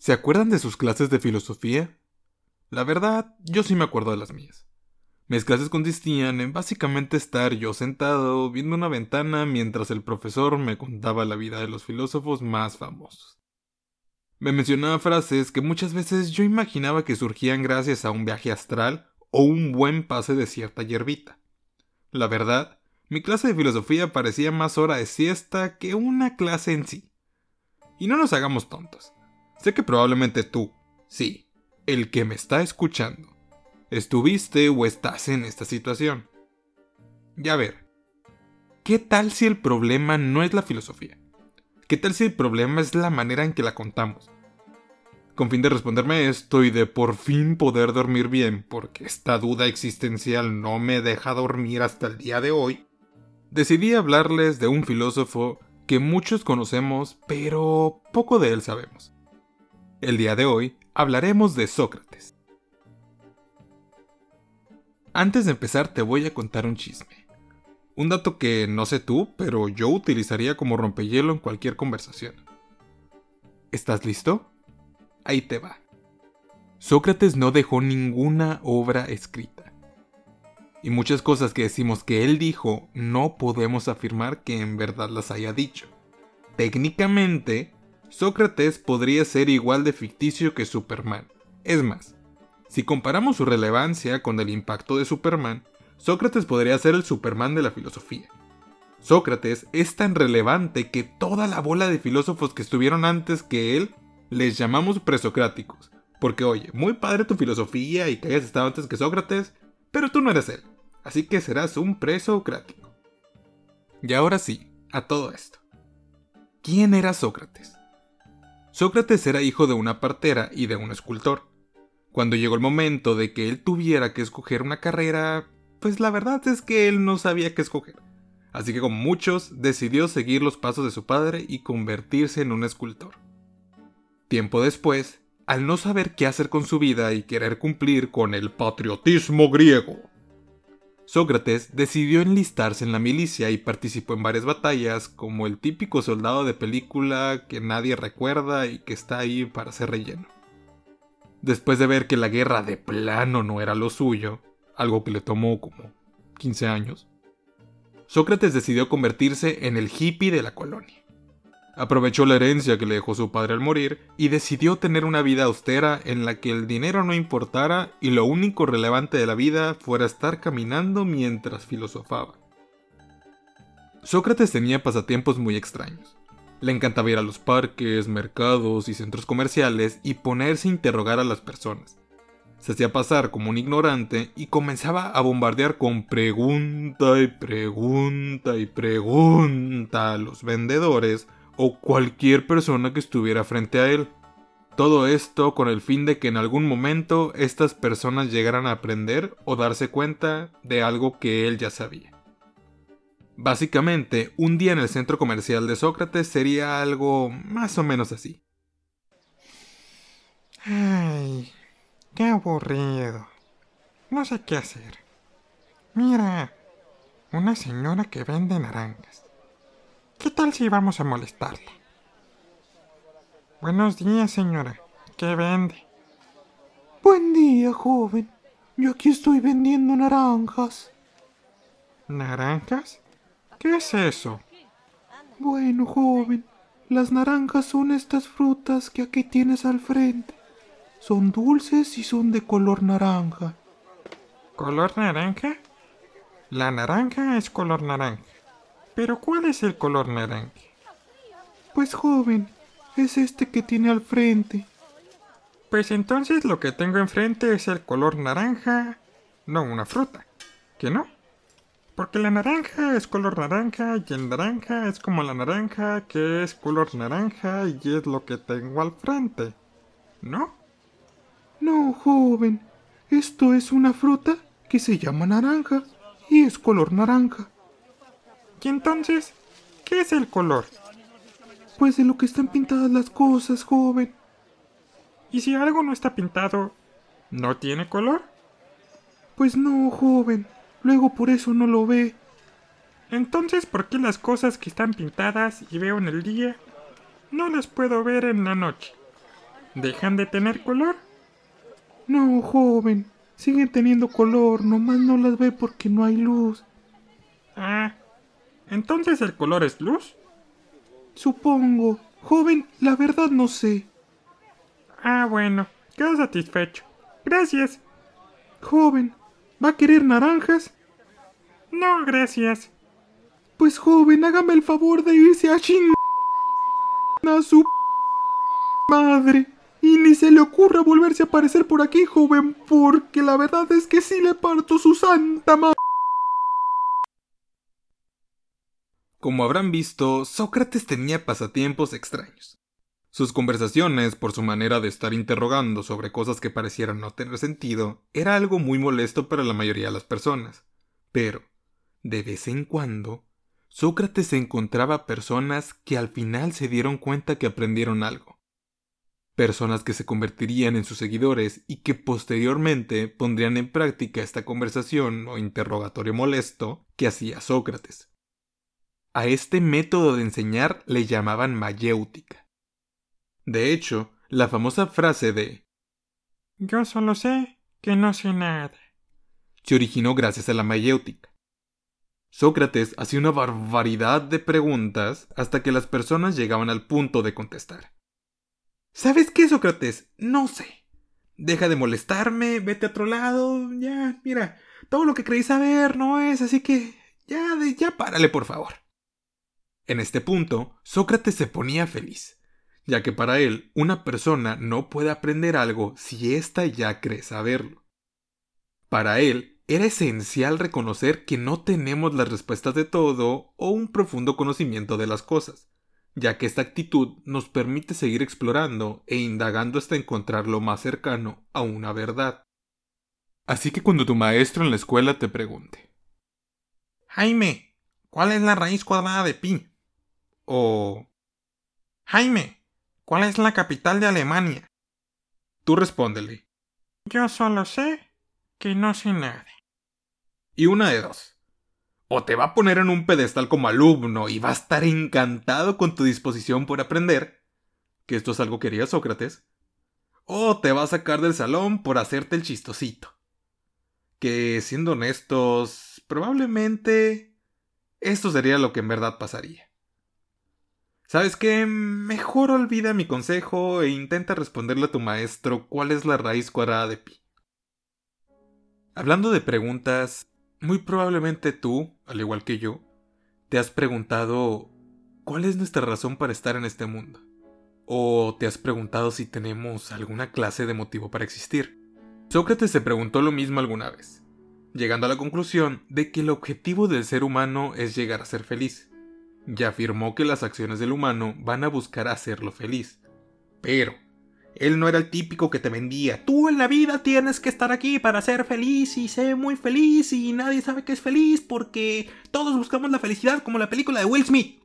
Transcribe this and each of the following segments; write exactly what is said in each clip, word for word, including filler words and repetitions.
¿Se acuerdan de sus clases de filosofía? La verdad, yo sí me acuerdo de las mías. Mis clases consistían en básicamente estar yo sentado viendo una ventana mientras el profesor me contaba la vida de los filósofos más famosos. Me mencionaba frases que muchas veces yo imaginaba que surgían gracias a un viaje astral o un buen pase de cierta hierbita. La verdad, mi clase de filosofía parecía más hora de siesta que una clase en sí. Y no nos hagamos tontos. Sé que probablemente tú, sí, el que me está escuchando, estuviste o estás en esta situación. Ya ver, ¿qué tal si el problema no es la filosofía? ¿Qué tal si el problema es la manera en que la contamos? Con fin de responderme esto y de por fin poder dormir bien, porque esta duda existencial no me deja dormir hasta el día de hoy, decidí hablarles de un filósofo que muchos conocemos, pero poco de él sabemos. El día de hoy hablaremos de Sócrates. Antes de empezar te voy a contar un chisme. Un dato que no sé tú, pero yo utilizaría como rompehielo en cualquier conversación. ¿Estás listo? Ahí te va. Sócrates no dejó ninguna obra escrita. Y muchas cosas que decimos que él dijo no podemos afirmar que en verdad las haya dicho. Técnicamente, Sócrates podría ser igual de ficticio que Superman. Es más, si comparamos su relevancia con el impacto de Superman, Sócrates podría ser el Superman de la filosofía. Sócrates es tan relevante que toda la bola de filósofos que estuvieron antes que él les llamamos presocráticos. Porque oye, muy padre tu filosofía y que hayas estado antes que Sócrates, pero tú no eres él, así que serás un presocrático. Y ahora sí, a todo esto. ¿Quién era Sócrates? Sócrates era hijo de una partera y de un escultor. Cuando llegó el momento de que él tuviera que escoger una carrera, pues la verdad es que él no sabía qué escoger. Así que como muchos, decidió seguir los pasos de su padre y convertirse en un escultor. Tiempo después, al no saber qué hacer con su vida y querer cumplir con el patriotismo griego, Sócrates decidió enlistarse en la milicia y participó en varias batallas como el típico soldado de película que nadie recuerda y que está ahí para ser relleno. Después de ver que la guerra de plano no era lo suyo, algo que le tomó como quince años, Sócrates decidió convertirse en el hippie de la colonia. Aprovechó la herencia que le dejó su padre al morir y decidió tener una vida austera en la que el dinero no importara y lo único relevante de la vida fuera estar caminando mientras filosofaba. Sócrates tenía pasatiempos muy extraños. Le encantaba ir a los parques, mercados y centros comerciales y ponerse a interrogar a las personas. Se hacía pasar como un ignorante y comenzaba a bombardear con pregunta y pregunta y pregunta a los vendedores o cualquier persona que estuviera frente a él. Todo esto con el fin de que en algún momento estas personas llegaran a aprender o darse cuenta de algo que él ya sabía. Básicamente, un día en el centro comercial de Sócrates sería algo más o menos así. Ay, qué aburrido. No sé qué hacer. Mira, una señora que vende naranjas. ¿Qué tal si vamos a molestarla? Buenos días, señora. ¿Qué vende? Buen día, joven. Yo aquí estoy vendiendo naranjas. ¿Naranjas? ¿Qué es eso? Bueno, joven, las naranjas son estas frutas que aquí tienes al frente. Son dulces y son de color naranja. ¿Color naranja? La naranja es color naranja. ¿Pero cuál es el color naranja? Pues joven, es este que tiene al frente. Pues entonces lo que tengo enfrente es el color naranja, no una fruta, ¿que no? Porque la naranja es color naranja y el naranja es como la naranja que es color naranja y es lo que tengo al frente, ¿no? No, joven, esto es una fruta que se llama naranja y es color naranja. ¿Y entonces qué es el color? Pues de lo que están pintadas las cosas, joven. ¿Y si algo no está pintado, no tiene color? Pues no, joven, luego por eso no lo ve. Entonces, ¿por qué las cosas que están pintadas y veo en el día, no las puedo ver en la noche? ¿Dejan de tener color? No, joven, siguen teniendo color, nomás no las ve porque no hay luz. Ah, ¿entonces el color es luz? Supongo. Joven, la verdad no sé. Ah, bueno, quedo satisfecho. Gracias. Joven, ¿va a querer naranjas? No, gracias. Pues joven, hágame el favor de irse a ching... a su... madre. Y ni se le ocurra volverse a aparecer por aquí, joven, porque la verdad es que sí le parto su santa madre. Como habrán visto, Sócrates tenía pasatiempos extraños. Sus conversaciones, por su manera de estar interrogando sobre cosas que parecieran no tener sentido, era algo muy molesto para la mayoría de las personas. Pero, de vez en cuando, Sócrates encontraba personas que al final se dieron cuenta que aprendieron algo. Personas que se convertirían en sus seguidores y que posteriormente pondrían en práctica esta conversación o interrogatorio molesto que hacía Sócrates. A este método de enseñar le llamaban mayéutica. De hecho, la famosa frase de Yo solo sé que no sé nada se originó gracias a la mayéutica. Sócrates hacía una barbaridad de preguntas hasta que las personas llegaban al punto de contestar. ¿Sabes qué, Sócrates? No sé. Deja de molestarme, vete a otro lado, ya, mira, todo lo que creí saber no es, así que ya, ya párale, por favor. En este punto, Sócrates se ponía feliz, ya que para él una persona no puede aprender algo si ésta ya cree saberlo. Para él era esencial reconocer que no tenemos las respuestas de todo o un profundo conocimiento de las cosas, ya que esta actitud nos permite seguir explorando e indagando hasta encontrar lo más cercano a una verdad. Así que cuando tu maestro en la escuela te pregunte: Jaime, ¿cuál es la raíz cuadrada de pi? O Jaime, ¿cuál es la capital de Alemania? Tú respóndele: Yo solo sé que no sé nada. Y una de dos. O te va a poner en un pedestal como alumno y va a estar encantado con tu disposición por aprender, que esto es algo que haría Sócrates, o te va a sacar del salón por hacerte el chistosito. Que, siendo honestos, probablemente esto sería lo que en verdad pasaría. ¿Sabes qué? Mejor olvida mi consejo e intenta responderle a tu maestro cuál es la raíz cuadrada de pi. Hablando de preguntas, muy probablemente tú, al igual que yo, te has preguntado ¿cuál es nuestra razón para estar en este mundo? ¿O te has preguntado si tenemos alguna clase de motivo para existir? Sócrates se preguntó lo mismo alguna vez, llegando a la conclusión de que el objetivo del ser humano es llegar a ser feliz, y afirmó que las acciones del humano van a buscar hacerlo feliz. Pero él no era el típico que te vendía: tú en la vida tienes que estar aquí para ser feliz y ser muy feliz y nadie sabe que es feliz porque todos buscamos la felicidad como la película de Will Smith.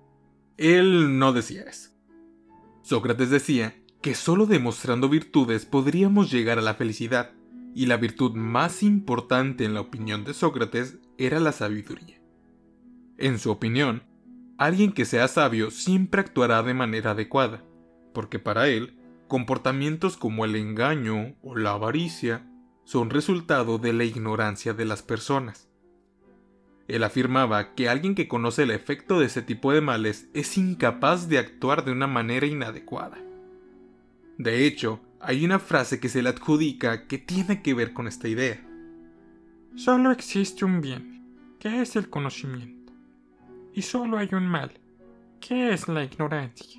Él no decía eso. Sócrates decía que solo demostrando virtudes podríamos llegar a la felicidad, y la virtud más importante en la opinión de Sócrates era la sabiduría. En su opinión, alguien que sea sabio siempre actuará de manera adecuada, porque para él, comportamientos como el engaño o la avaricia son resultado de la ignorancia de las personas. Él afirmaba que alguien que conoce el efecto de ese tipo de males es incapaz de actuar de una manera inadecuada. De hecho, hay una frase que se le adjudica que tiene que ver con esta idea. Solo existe un bien, que es el conocimiento. Y solo hay un mal, que es la ignorancia.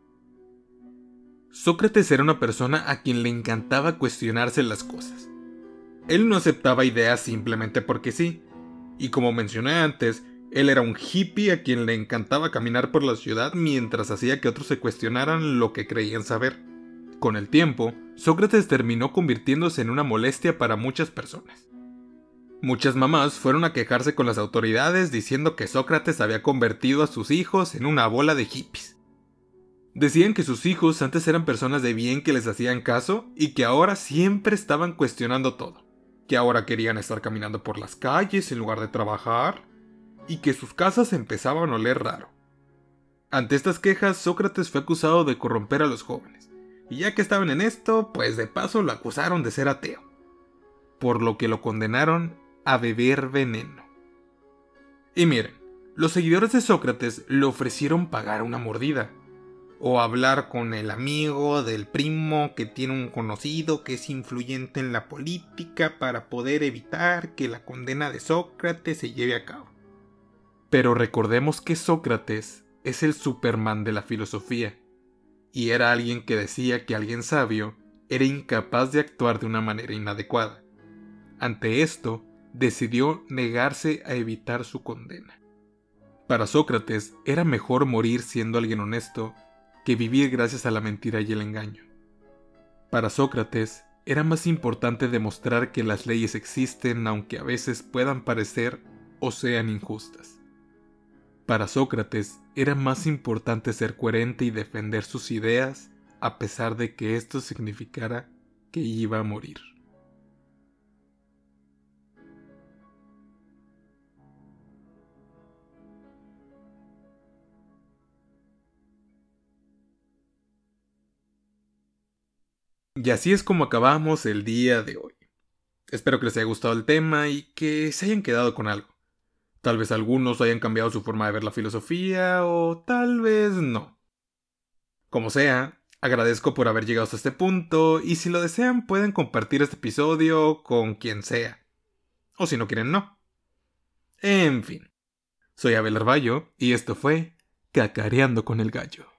Sócrates era una persona a quien le encantaba cuestionarse las cosas. Él no aceptaba ideas simplemente porque sí, y como mencioné antes, él era un hippie a quien le encantaba caminar por la ciudad mientras hacía que otros se cuestionaran lo que creían saber. Con el tiempo, Sócrates terminó convirtiéndose en una molestia para muchas personas. Muchas mamás fueron a quejarse con las autoridades diciendo que Sócrates había convertido a sus hijos en una bola de hippies. Decían que sus hijos antes eran personas de bien que les hacían caso y que ahora siempre estaban cuestionando todo, que ahora querían estar caminando por las calles en lugar de trabajar y que sus casas empezaban a oler raro. Ante estas quejas, Sócrates fue acusado de corromper a los jóvenes, Y ya que estaban en esto, pues de paso lo acusaron de ser ateo, por lo que lo condenaron a beber veneno. Y miren, los seguidores de Sócrates le ofrecieron pagar una mordida, o hablar con el amigo del primo que tiene un conocido que es influyente en la política para poder evitar que la condena de Sócrates se lleve a cabo. Pero recordemos que Sócrates es el Superman de la filosofía, y era alguien que decía que alguien sabio era incapaz de actuar de una manera inadecuada. Ante esto, decidió negarse a evitar su condena. Para Sócrates era mejor morir siendo alguien honesto que vivir gracias a la mentira y el engaño. Para Sócrates era más importante demostrar que las leyes existen aunque a veces puedan parecer o sean injustas. Para Sócrates era más importante ser coherente y defender sus ideas a pesar de que esto significara que iba a morir. Y así es como acabamos el día de hoy. Espero que les haya gustado el tema y que se hayan quedado con algo. Tal vez algunos hayan cambiado su forma de ver la filosofía o tal vez no. Como sea, agradezco por haber llegado hasta este punto y si lo desean pueden compartir este episodio con quien sea. O si no quieren, no. En fin, soy Abel Arballo y esto fue Cacareando con el Gallo.